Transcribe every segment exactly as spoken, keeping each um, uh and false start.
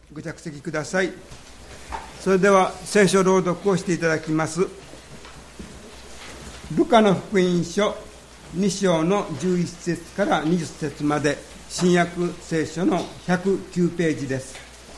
ご着席ください。それでは聖書朗読をしていただきます。ルカの福音書に章のじゅういち節からにじゅっ節まで、新約聖書のひゃくきゅうページです。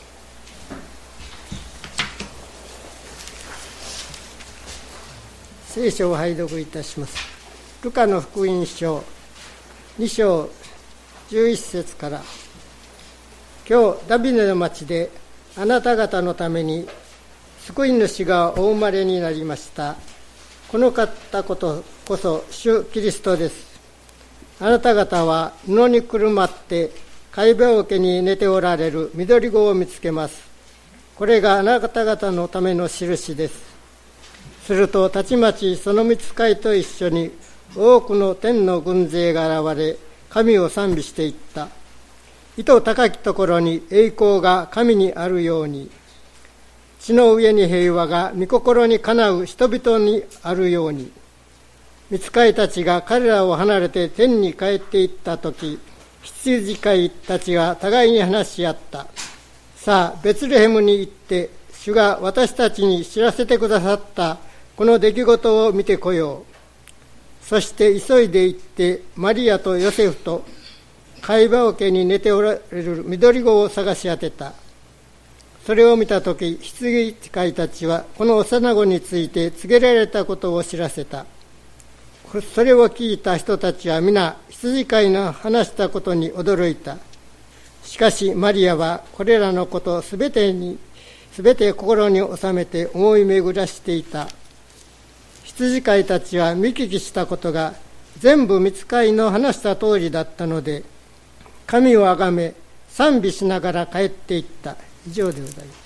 聖書を拝読いたします。ルカの福音書に章じゅういち節から、今日ダビデの町であなた方のために救い主がお生まれになりました。この方ことこそ主キリストです。あなた方は布にくるまって貝羽桶に寝ておられる緑子を見つけます。これがあなた方のための印です。するとたちまちその御使いと一緒に多くの天の軍勢が現れ、神を賛美していった。意図高きところに栄光が神にあるように、地の上に平和が御心にかなう人々にあるように。御使いたちが彼らを離れて天に帰っていったとき、羊飼いたちが互いに話し合った。さあ、ベツレヘムに行って、主が私たちに知らせてくださったこの出来事を見てこよう。そして急いで行って、マリアとヨセフと貝羽桶に寝ておられる緑子を探し当てた。それを見たとき、羊飼いたちはこの幼子について告げられたことを知らせた。それを聞いた人たちは皆羊飼いの話したことに驚いた。しかしマリアはこれらのことすべてにすべて心に収めて思い巡らしていた。羊飼いたちは見聞きしたことが全部御使いの話した通りだったので、神をあがめ賛美しながら帰っていった。以上でございます。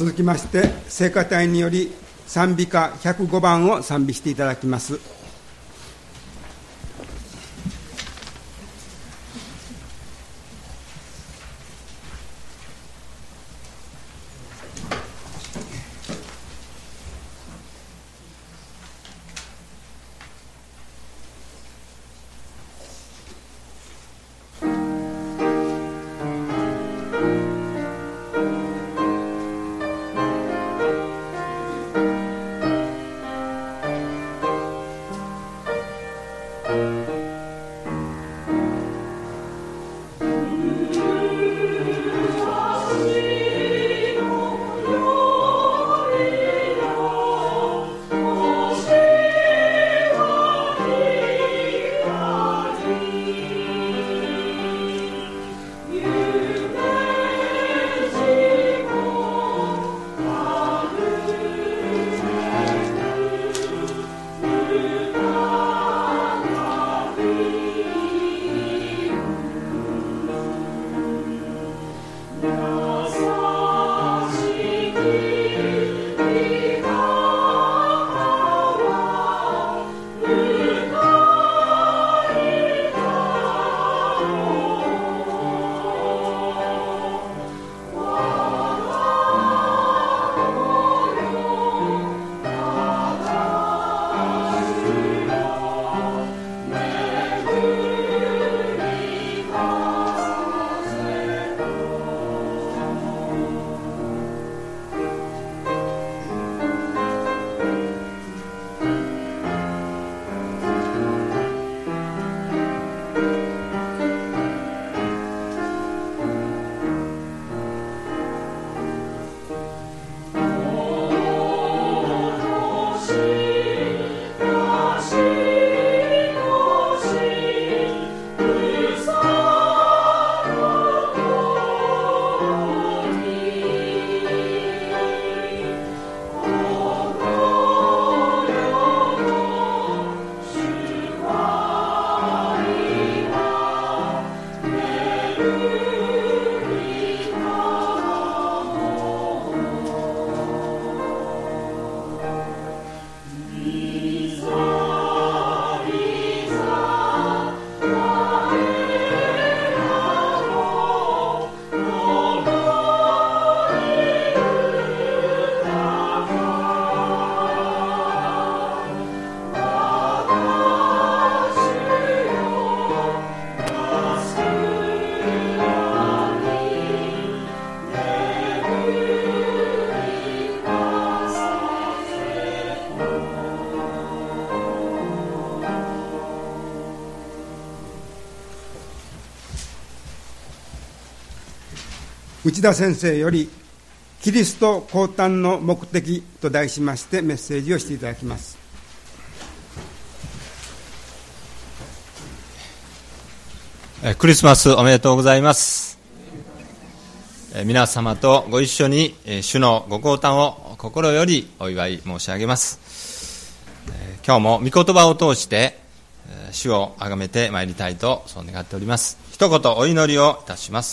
続きまして聖歌隊により賛美歌ひゃくごばんを賛美していただきます。 内田先生よりキリスト降誕の目的と題しましてメッセージをしていただきます。 クリスマスおめでとうございます。皆様とご一緒に主のご降誕を心よりお祝い申し上げます。今日も御言葉を通して主をあがめてまいりたいとそう願っております。一言お祈りをいたします。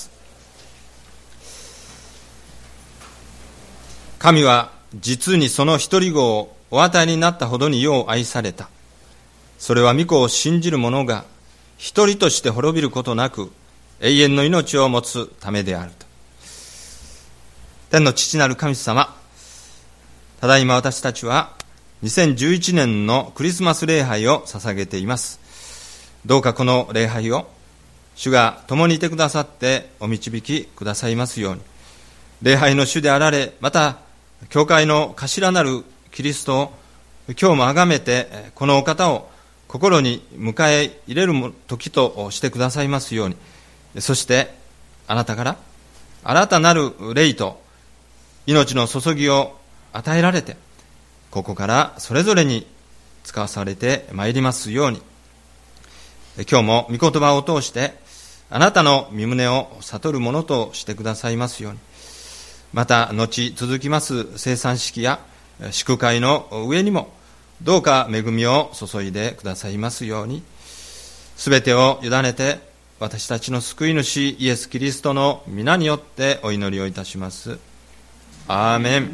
神は実にその一人子をお与えになったほどに世を愛された。それは御子を信じる者が一人として滅びることなく永遠の命を持つためであると。天の父なる神様、ただいま私たちはにせんじゅういちねんのクリスマス礼拝を捧げています。どうかこの礼拝を主が共にいてくださってお導きくださいますように、礼拝の主であられ、また教会の頭なるキリストを今日もあがめて、このお方を心に迎え入れる時としてくださいますように、そしてあなたから新たなる霊と命の注ぎを与えられて、ここからそれぞれに使わされてまいりますように、今日も御言葉を通してあなたの御胸を悟るものとしてくださいますように、また後続きます生産式や祝会の上にもどうか恵みを注いでくださいますように、すべてを委ねて私たちの救い主イエス・キリストの皆によってお祈りをいたします。アーメン。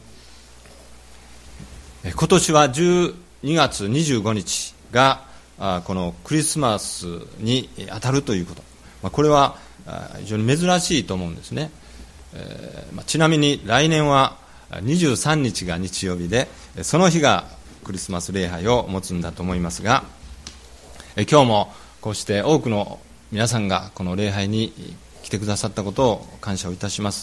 今年はじゅうにがつにじゅうごにちがこのクリスマスに当たるということ、これは非常に珍しいと思うんですね。えーまあ、ちなみに来年はにじゅうさんにちが日曜日で、その日がクリスマス礼拝を持つんだと思いますが、え今日もこうして多くの皆さんがこの礼拝に来てくださったことを感謝をいたします。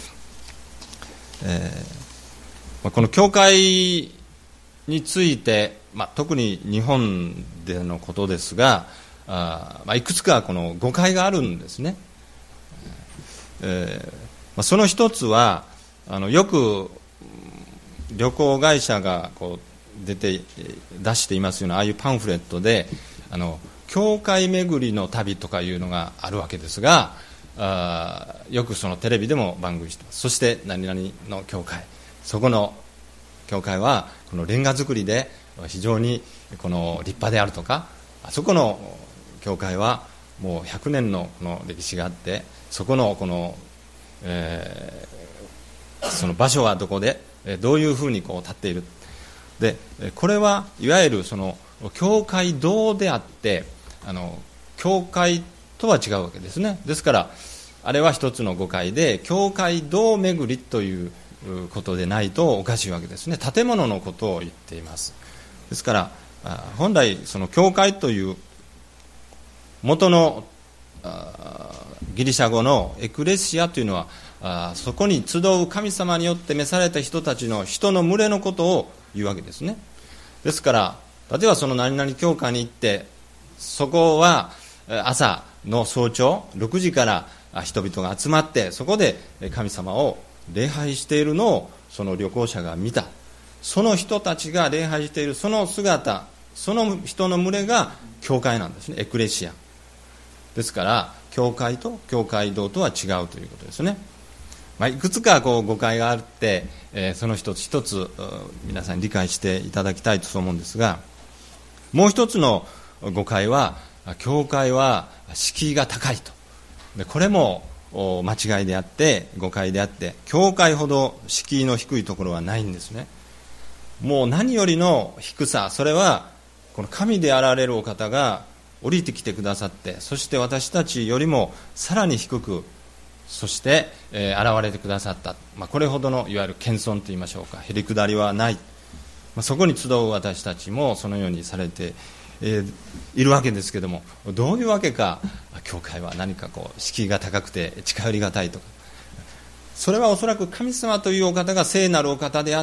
えーまあ、この教会について、まあ、特に日本でのことですが、あ、まあ、いくつかこの誤解があるんですね。えーその一つは、あのよく旅行会社がこう出て出していますようなああいうパンフレットで、あの教会巡りの旅とかいうのがあるわけですが、あよくそのテレビでも番組してます。そして何々の教会、そこの教会はこのレンガ造りで非常にこの立派であるとか、あそこの教会はもうひゃくねんのこの歴史があって、そこのこのえー、その場所はどこでどういうふうにこう立っている。でこれはいわゆるその教会堂であって、あの教会とは違うわけですね。ですからあれは一つの誤解で、教会堂巡りということでないとおかしいわけですね。建物のことを言っています。ですから本来その教会という元のギリシャ語のエクレシアというのは、あそこに集う神様によって召された人たちの人の群れのことを言うわけですね。ですから例えばその何々教会に行って、そこは朝の早朝ろくじから人々が集まって、そこで神様を礼拝しているのをその旅行者が見た。その人たちが礼拝しているその姿、その人の群れが教会なんですね。エクレシアですから、教会と教会堂とは違うということですね。まあ、いくつかこう誤解があって、えー、その一つ一つ皆さんに理解していただきたいと思うんですが、もう一つの誤解は、教会は敷居が高いと。でこれも間違いであって誤解であって、教会ほど敷居の低いところはないんですね。もう何よりの低さ、それはこの神であられるお方が降りてきてくださって、そして私たちよりもさらに低く、そして、えー、現れてくださった、まあ、これほどのいわゆる謙遜といいましょうか、へりくだりはない、まあ、そこに集う私たちもそのようにされて、えー、いるわけですけれども、どういうわけか教会は何かこう敷居が高くて近寄りがたいとか、それはおそらく神様というお方が聖なるお方であって、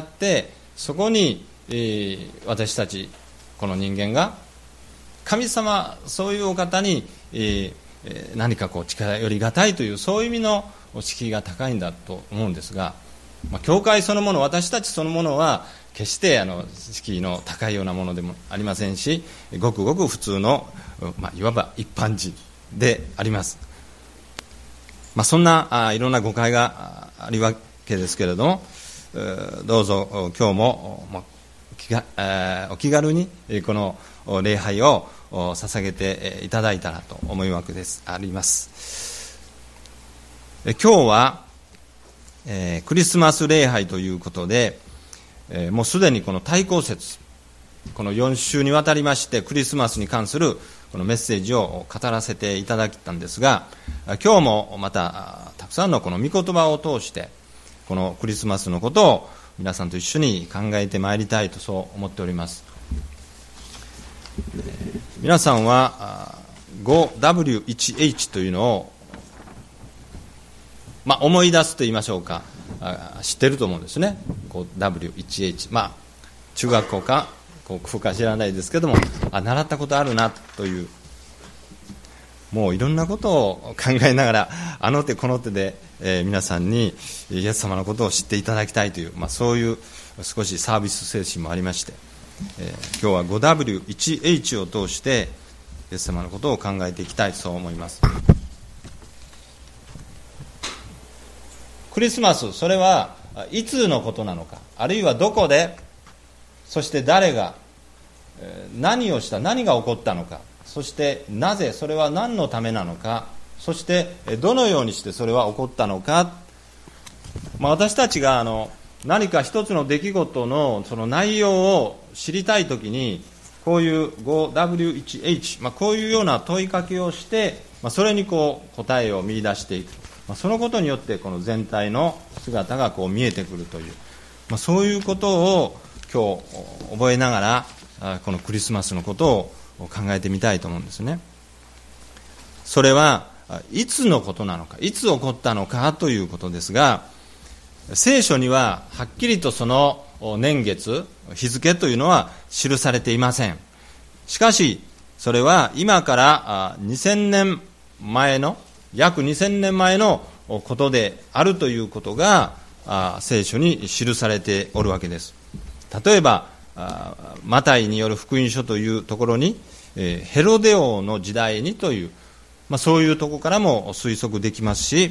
そこに、えー、私たちこの人間が神様、そういうお方に、えー、何かこう近寄りがたいという、そういう意味の敷居が高いんだと思うんですが、まあ、教会そのもの、私たちそのものは決してあの敷居の高いようなものでもありませんし、ごくごく普通の、まあ、いわば一般人であります。まあ、そんなあいろんな誤解があるわけですけれども、どうぞ今日も、まあ、気がえー、お気軽にこの礼拝を捧げていただいたらと思うわけですあります。今日は、えー、クリスマス礼拝ということで、えー、もうすでにこの対抗節、このよん週にわたりましてクリスマスに関するこのメッセージを語らせていただいたんですが、今日もまたたくさんのこの御言葉を通してこのクリスマスのことを皆さんと一緒に考えてまいりたいとそう思っております。皆さんは ファイブダブリューワンエイチ というのを、まあ、思い出すと言いましょうか、知ってると思うんですね。 ファイブダブリューワンエイチ、まあ、中学校か高校か知らないですけども、あ習ったことあるなという、もういろんなことを考えながらあの手この手で、えー、皆さんにイエス様のことを知っていただきたいという、まあ、そういう少しサービス精神もありまして、えー、今日は ファイブダブリューワンエイチ を通してイエス様のことを考えていきたいとそう思います。クリスマス、それはいつのことなのか、あるいはどこで、そして誰が何をした、何が起こったのか、そしてなぜ、それは何のためなのか、そしてどのようにしてそれは起こったのか、まあ、私たちがあの何か一つの出来事のその内容を知りたいときに、こういう ファイブダブリューワンエイチ、まあ、こういうような問いかけをして、まあ、それにこう答えを見出していく、まあ、そのことによってこの全体の姿がこう見えてくるという、まあ、そういうことを今日覚えながらこのクリスマスのことを考えてみたいと思うんですね。それはいつのことなのか、いつ起こったのかということですが、聖書にははっきりとその年月、日付というのは記されていません。しかしそれは今からにせんねんまえの、約にせんねんまえのことであるということが聖書に記されておるわけです。例えばマタイによる福音書というところに、ヘロデ王の時代にという、まあ、そういうところからも推測できますし、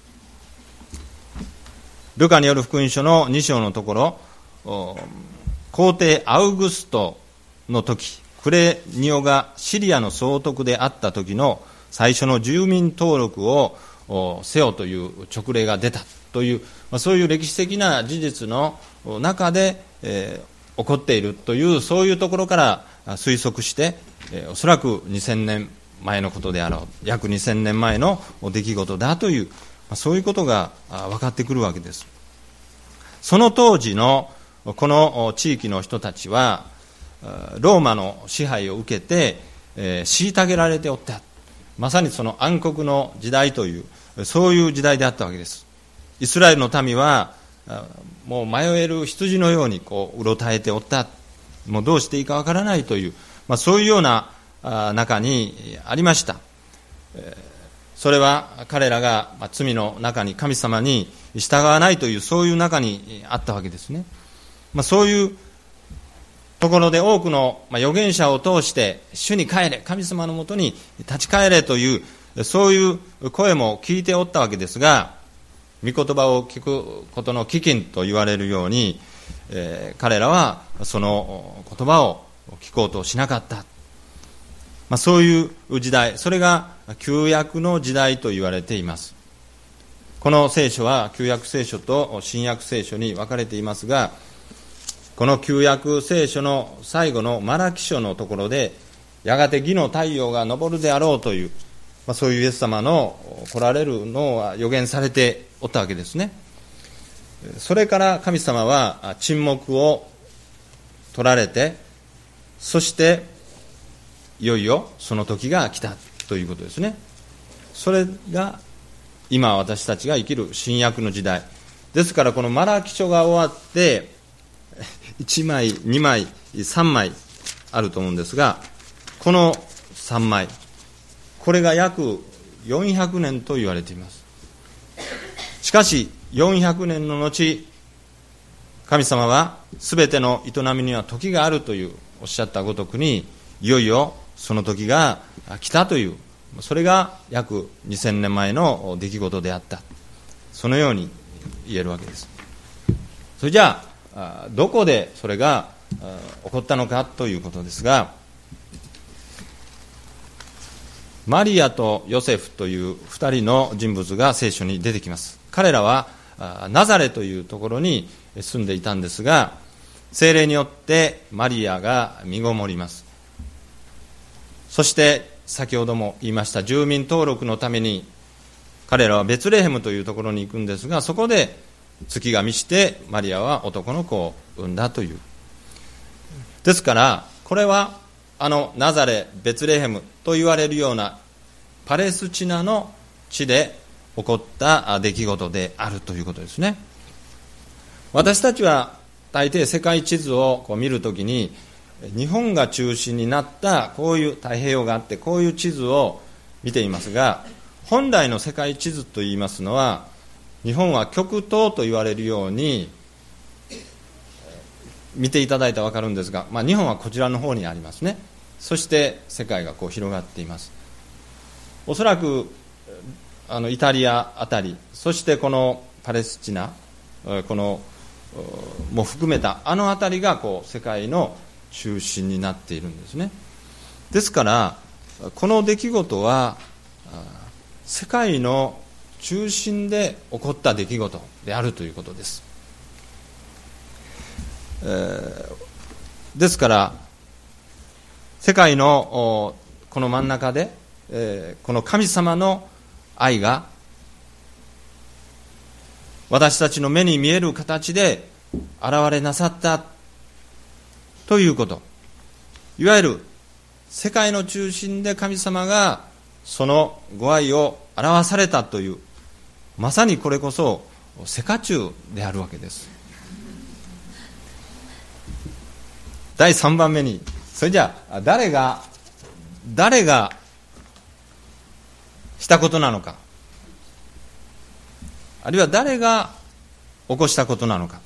ルカによる福音書のに章のところ、皇帝アウグストの時、クレニオがシリアの総督であった時の最初の住民登録をせよという勅令が出たという、まあ、そういう歴史的な事実の中で、えー、起こっているという、そういうところから推測して、えー、おそらくにせんねんまえのことであろう、約にせんねんまえの出来事だという、まあ、そういうことが分かってくるわけです。その当時のこの地域の人たちはローマの支配を受けて、えー、虐げられておった。まさにその暗黒の時代という、そういう時代であったわけです。イスラエルの民はもう迷える羊のようにこううろたえておった。もうどうしていいかわからないという、まあ、そういうような中にありました。それは彼らが罪の中に神様に従わないという、そういう中にあったわけですね。まあ、そういうところで多くの預言者を通して主に帰れ、神様のもとに立ち返れという、そういう声も聞いておったわけですが、御言葉を聞くことの飢饉と言われるように、えー、彼らはその言葉を聞こうとしなかった。まあ、そういう時代、それが旧約の時代と言われています。この聖書は旧約聖書と新約聖書に分かれていますが、この旧約聖書の最後のマラキ書のところで、やがて義の太陽が昇るであろうという、まあ、そういうイエス様の来られるのは予言されておったわけですね。それから神様は沈黙を取られて、そしていよいよその時が来たということですね。それが今私たちが生きる新約の時代ですから、このマラキ書が終わっていちまい、にまい、さんまいあると思うんですが、このさんまい、これが約よんひゃくねんと言われています。 しかしよんひゃくねんの後、神様はすべての営みには時があるというおっしゃったごとくに、いよいよその時が来たという、それが約にせんねんまえの出来事であった、そのように言えるわけです。それじゃあどこでそれが起こったのかということですが、マリアとヨセフという二人の人物が聖書に出てきます。彼らはナザレというところに住んでいたんですが、聖霊によってマリアが身ごもります。そして先ほども言いました住民登録のために彼らはベツレヘムというところに行くんですが、そこで月が満ちてマリアは男の子を産んだという。ですからこれはあのナザレ、ベツレヘムと言われるようなパレスチナの地で起こった出来事であるということですね。私たちは大抵世界地図をこう見るときに、日本が中心になったこういう太平洋があってこういう地図を見ていますが、本来の世界地図といいますのは、日本は極東と言われるように見ていただいたら分かるんですが、まあ、日本はこちらの方にありますね。そして世界がこう広がっています。おそらくあのイタリアあたり、そしてこのパレスチナ、このも含めたあのあたりがこう世界の中心になっているんですね。ですからこの出来事は世界の中心で起こった出来事であるということです。えー、ですから世界のこの真ん中で、えー、この神様の愛が私たちの目に見える形で現れなさったということ、いわゆる世界の中心で神様がそのご愛を表されたという、まさにこれこそ世界中であるわけです。だいさんばんめに、それじゃあ誰が誰がしたことなのか、あるいは誰が起こしたことなのか。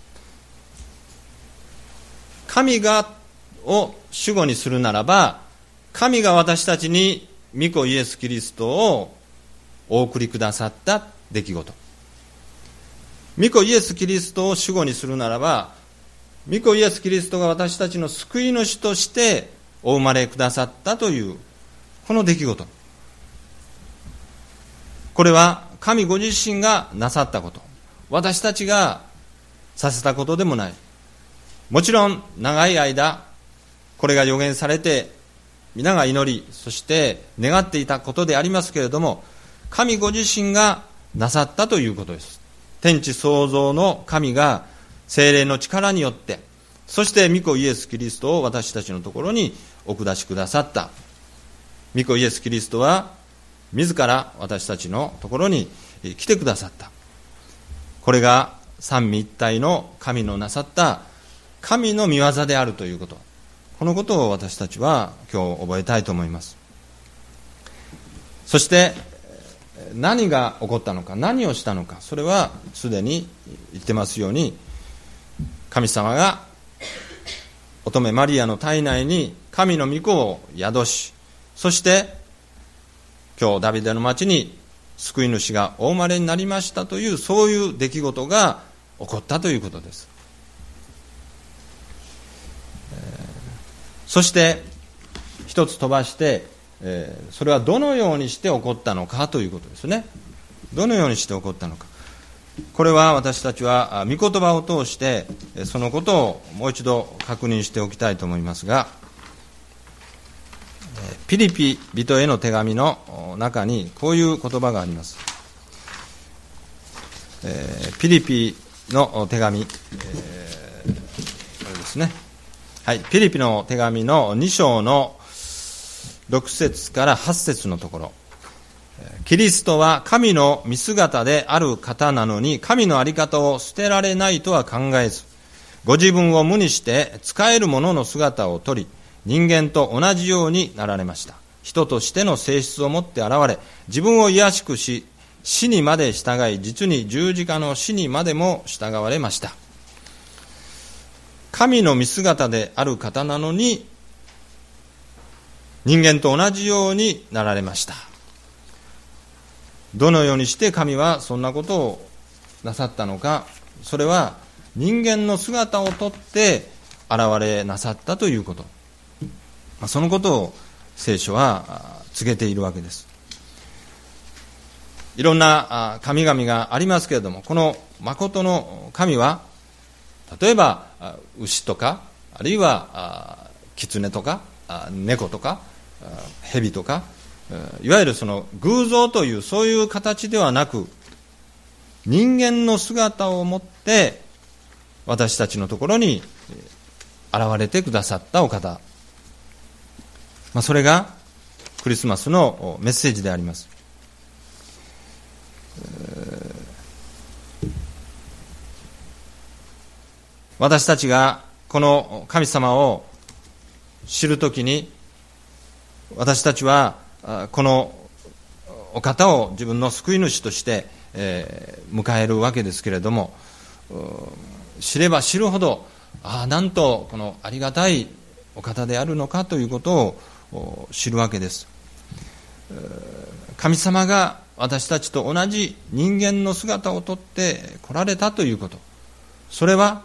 神がを主語にするならば、神が私たちに御子イエス・キリストをお送りくださった出来事。御子イエス・キリストを主語にするならば、御子イエス・キリストが私たちの救い主としてお生まれくださったというこの出来事、これは神ご自身がなさったこと、私たちがさせたことでもない。もちろん長い間これが予言されて皆が祈り、そして願っていたことでありますけれども、神ご自身がなさったということです。天地創造の神が聖霊の力によって、そして御子イエス・キリストを私たちのところにお下しくださった。御子イエス・キリストは自ら私たちのところに来てくださった。これが三位一体の神のなさった神の御業であるということ、このことを私たちは今日覚えたいと思います。そして何が起こったのか、何をしたのか、それはすでに言ってますように、神様が乙女マリアの体内に神の御子を宿し、そして今日ダビデの町に救い主がお生まれになりましたという、そういう出来事が起こったということです。えー、そして一つ飛ばして、えー、それはどのようにして起こったのかということですね。どのようにして起こったのか、これは私たちは御言葉を通してそのことをもう一度確認しておきたいと思いますが、ピリピ人への手紙の中にこういう言葉があります。えー、ピリピの手紙、えー、これですね、はい、ピリピの手紙のに章のろく節からはち節のところ、キリストは神の見姿である方なのに、神の在り方を捨てられないとは考えず、ご自分を無にして使える者の姿をとり、人間と同じようになられました。人としての性質を持って現れ、自分を卑しくし、 死にまで従い、実に十字架の死にまでも従われました。神の見姿である方なのに、人間と同じようになられました。どのようにして神はそんなことをなさったのか、それは人間の姿をとって現れなさったということ、そのことを聖書は告げているわけです。いろんな神々がありますけれども、この誠の神は、例えば牛とか、あるいは狐とか猫とか蛇とか、いわゆるその偶像というそういう形ではなく、人間の姿を持って私たちのところに現れてくださったお方、まあ、それがクリスマスのメッセージであります。私たちがこの神様を知るときに、私たちはこのお方を自分の救い主として迎えるわけですけれども、知れば知るほど、ああなんとこのありがたいお方であるのかということを知るわけです。神様が私たちと同じ人間の姿をとって来られたということ、それは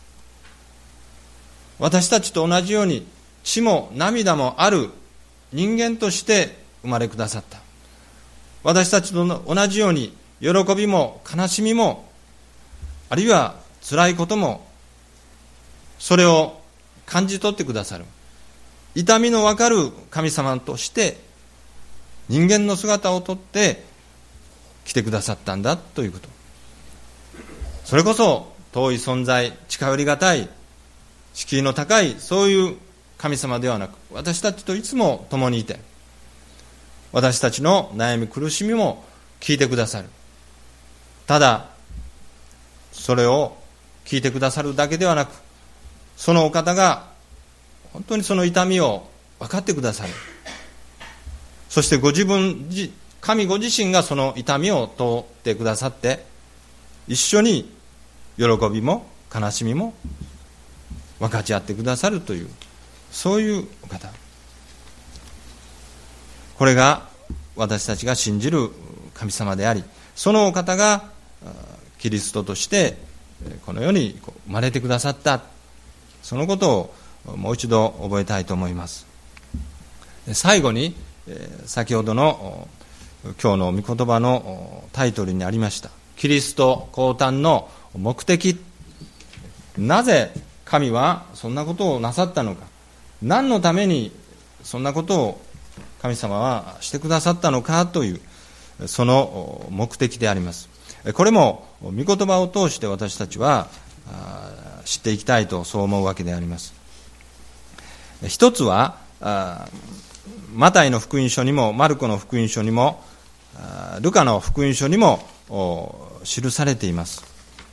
私たちと同じように血も涙もある人間として生まれくださった。私たちと同じように喜びも悲しみも、あるいは辛いことも、それを感じ取ってくださる痛みのわかる神様として人間の姿をとって来てくださったんだということ。それこそ遠い存在、近寄りがたい、敷居の高いそういう神様ではなく、私たちといつも共にいて、私たちの悩み苦しみも聞いてくださる。ただそれを聞いてくださるだけではなく、そのお方が本当にその痛みを分かってくださる。そしてご自分、神ご自身がその痛みを通ってくださって、一緒に喜びも悲しみも分かち合ってくださるという、そういうお方。これが私たちが信じる神様であり、そのお方がキリストとしてこの世に生まれてくださった、そのことをもう一度覚えたいと思います。最後に先ほどの今日の御言葉のタイトルにありましたキリスト降誕の目的、なぜ神はそんなことをなさったのか、何のためにそんなことを神様はしてくださったのかという、その目的であります。これも御言葉を通して私たちは知っていきたいとそう思うわけであります。一つはマタイの福音書にもマルコの福音書にもルカの福音書にも記されています。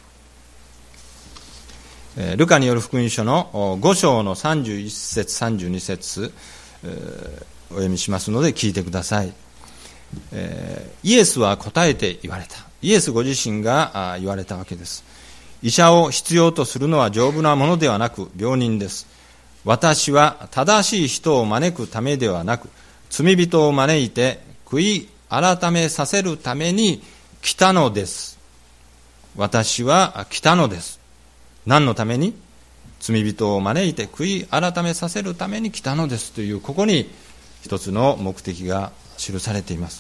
ルカによる福音書のご章のさんじゅういっ節さんじゅうに節お読みしますので聞いてください。イエスは答えて言われた。イエスご自身が言われたわけです。医者を必要とするのは丈夫なものではなく病人です。私は正しい人を招くためではなく、罪人を招いて悔い改めさせるために来たのです。私は来たのです。何のために？罪人を招いて悔い改めさせるために来たのですという、ここに一つの目的が記されています。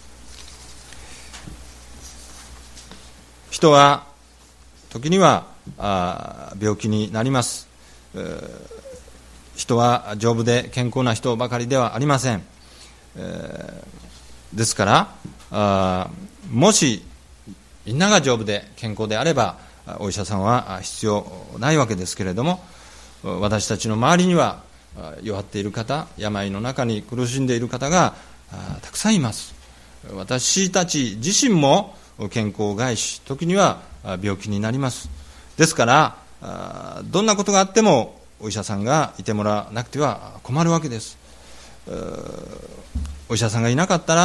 人は時にはあ病気になります。人は丈夫で健康な人ばかりではありません。ですからあもしみんなが丈夫で健康であればお医者さんは必要ないわけですけれども、私たちの周りには弱っている方、病の中に苦しんでいる方がたくさんいます。私たち自身も健康を害し、時には病気になります。ですからどんなことがあってもお医者さんがいてもらわなくては困るわけです。お医者さんがいなかったら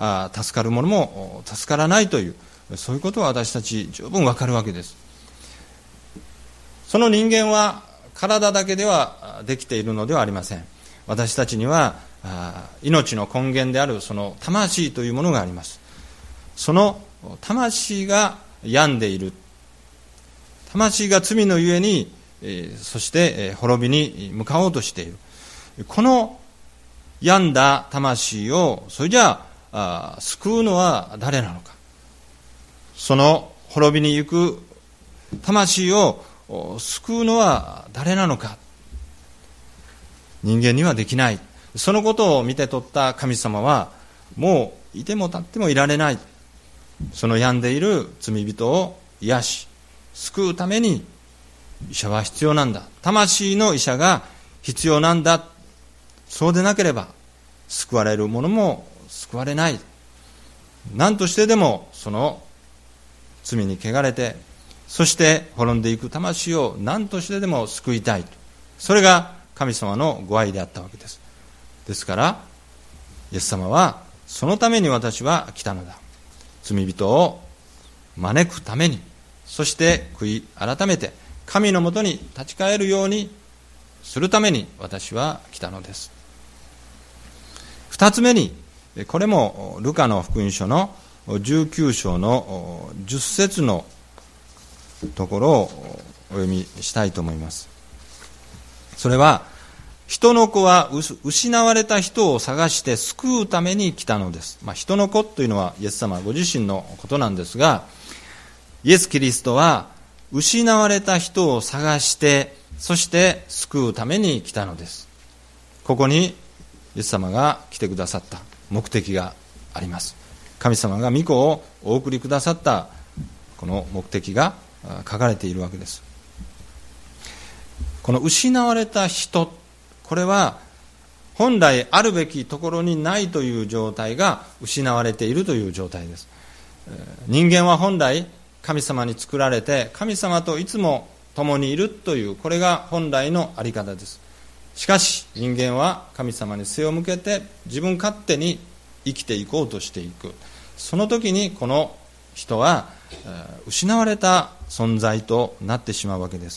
助かるものも助からないという、そういうことは私たち十分わかるわけです。その人間は体だけではできているのではありません。私たちには命の根源であるその魂というものがあります。その魂が病んでいる、魂が罪のゆえに、そして滅びに向かおうとしている。この病んだ魂をそれじゃあ救うのは誰なのか。その滅びに行く魂を救うのは誰なのか。人間にはできない。そのことを見て取った神様は、もういても立ってもいられない。その病んでいる罪人を癒し救うために医者は必要なんだ。魂の医者が必要なんだ。そうでなければ救われる者も救われない。何としてでもその罪に汚れて、そして滅んでいく魂を何としてでも救いたい。それが神様のご愛であったわけです。ですからイエス様は、そのために私は来たのだ。罪人を招くために、そして悔い改めて神のもとに立ち返るようにするために私は来たのです。二つ目に、これもルカの福音書のじゅうきゅう章のじゅっ節のところをお読みしたいと思います。それは、人の子は失われた人を探して救うために来たのです。まあ、人の子というのはイエス様ご自身のことなんですが、イエス・キリストは失われた人を探して、そして救うために来たのです。ここにイエス様が来てくださった目的があります。神様が御子をお送りくださったこの目的が書かれているわけです。この失われた人、これは本来あるべきところにないという状態が失われているという状態です。人間は本来神様に作られて、神様といつも共にいるという、これが本来のあり方です。しかし人間は神様に背を向けて自分勝手に生きていこうとしていく。その時にこの人は失われた存在となってしまうわけです。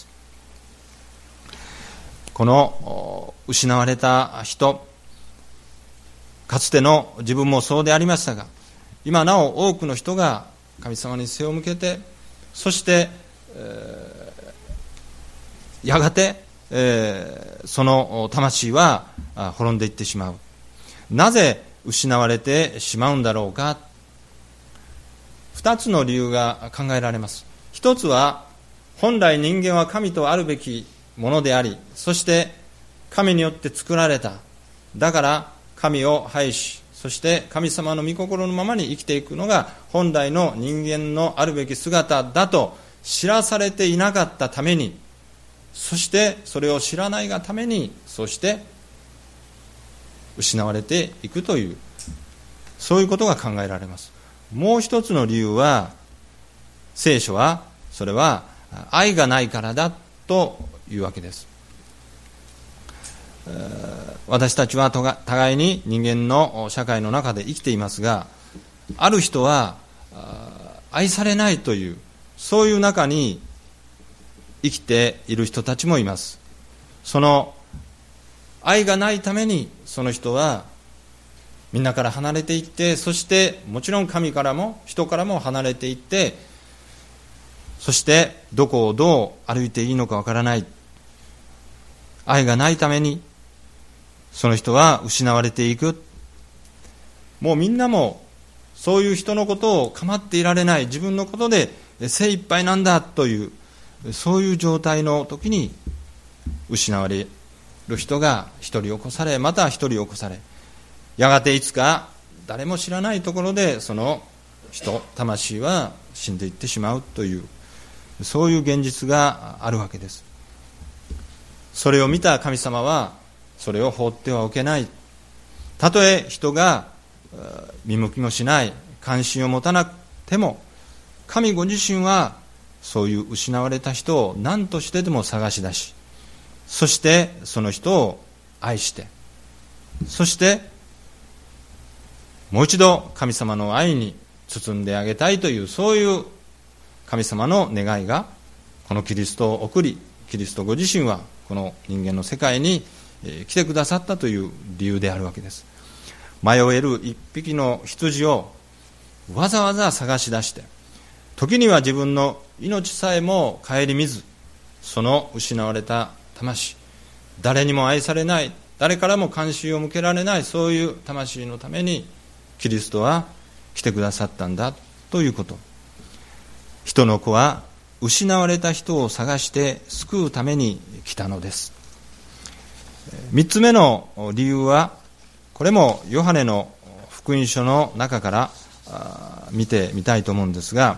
この失われた人、かつての自分もそうでありましたが、今なお多くの人が神様に背を向けて、そして、えー、やがて、えー、その魂は滅んでいってしまう。なぜ失われてしまうんだろうか。二つの理由が考えられます。一つは、本来人間は神とあるべきものであり、そして神によって作られた。だから神を拝し、そして神様の御心のままに生きていくのが本来の人間のあるべき姿だと知らされていなかったために、そしてそれを知らないがために、そして失われていくという、そういうことが考えられます。もう一つの理由は、聖書はそれは愛がないからだというわけです。私たちは互いに人間の社会の中で生きていますが、ある人は愛されないという、そういう中に生きている人たちもいます。その愛がないために、その人はみんなから離れていって、そしてもちろん神からも人からも離れていって、そしてどこをどう歩いていいのかわからない。愛がないためにその人は失われていく。もうみんなもそういう人のことを構っていられない、自分のことで精一杯なんだという、そういう状態の時に失われる人が一人起こされ、また一人起こされ、やがていつか誰も知らないところでその人、魂は死んでいってしまうという、そういう現実があるわけです。それを見た神様はそれを放ってはおけない。たとえ人が見向きもしない、関心を持たなくても、神ご自身はそういう失われた人を何としてでも探し出し、そしてその人を愛して、そしてもう一度神様の愛に包んであげたいという、そういう神様の願いがこのキリストを送り、キリストご自身はこの人間の世界に来てくださったという理由であるわけです。迷える一匹の羊をわざわざ探し出して、時には自分の命さえも顧みず、その失われた魂、誰にも愛されない、誰からも関心を向けられない、そういう魂のためにキリストは来てくださったんだということ。人の子は失われた人を探して救うために来たのです。三つ目の理由は、これもヨハネの福音書の中から見てみたいと思うんですが、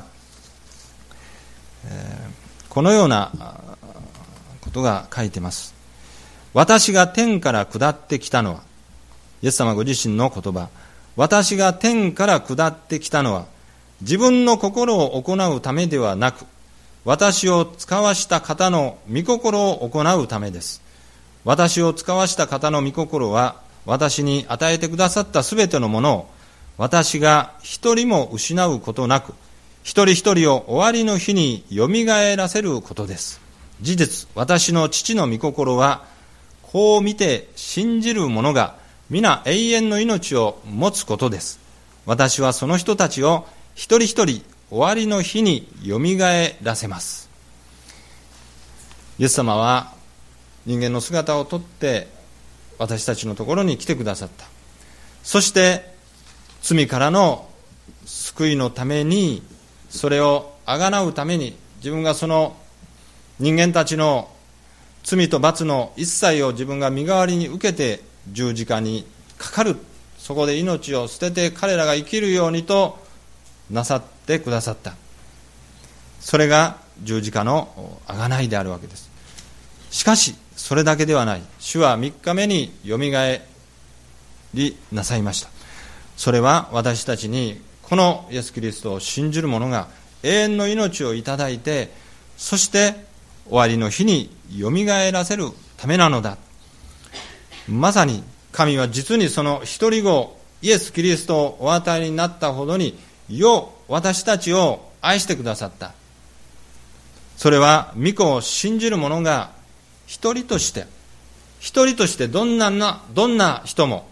このようなことが書いています。私が天から下ってきたのは、イエス様ご自身の言葉、私が天から下ってきたのは、自分の心を行うためではなく、私を使わした方の御心を行うためです。私を使わした方の御心は、私に与えてくださったすべてのものを、私が一人も失うことなく、一人一人を終わりの日によみがえらせることです。事実、私の父の御心は、こう見て信じる者が皆永遠の命を持つことです。私はその人たちを一人一人終わりの日によみがえらせます。イエス様は人間の姿をとって私たちのところに来てくださった。そして罪からの救いのために、それをあがなうために、自分がその人間たちの罪と罰の一切を自分が身代わりに受けて十字架にかかる、そこで命を捨てて彼らが生きるようにとなさってくださった。それが十字架の贖いであるわけです。しかしそれだけではない。主は三日目によみがえりなさいました。それは私たちにこのイエス・キリストを信じる者が永遠の命をいただいて、そして終わりの日によみがえらせるためなのだ。まさに神は実にその一人子イエス・キリストをお与えになったほどに、よ私たちを愛してくださった。それは御子を信じる者が一人として一人としてどんななどんな人も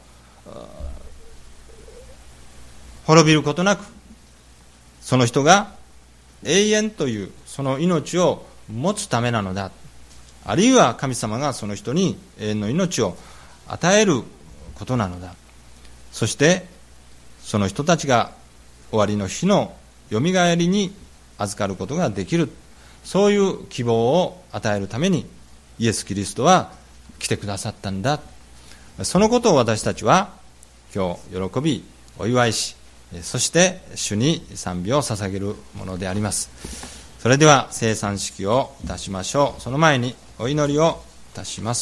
滅びることなく、その人が永遠というその命を持つためなのだ。あるいは神様がその人に永遠の命を与えることなのだ。そしてその人たちが終わりの日のよみがえりに預かることができる、そういう希望を与えるためにイエス・キリストは来てくださったんだ。そのことを私たちは今日喜びお祝いし、そして主に賛美を捧げるものであります。それでは聖餐式をいたしましょう。その前にお祈りをいたします。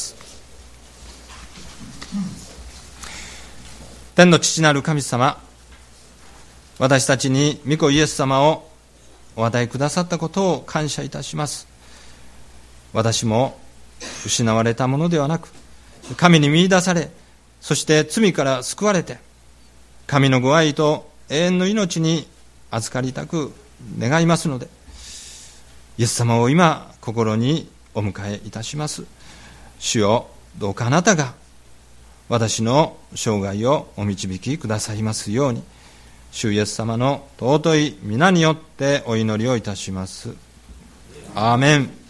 天の父なる神様、私たちに御子イエス様をお与えくださったことを感謝いたします。私も失われたものではなく、神に見出され、そして罪から救われて、神のご愛と永遠の命に預かりたく願いますので、イエス様を今心にお迎えいたします。主よ、どうかあなたが私の生涯をお導きくださいますように、主イエス様の尊い皆によってお祈りをいたします。アーメン。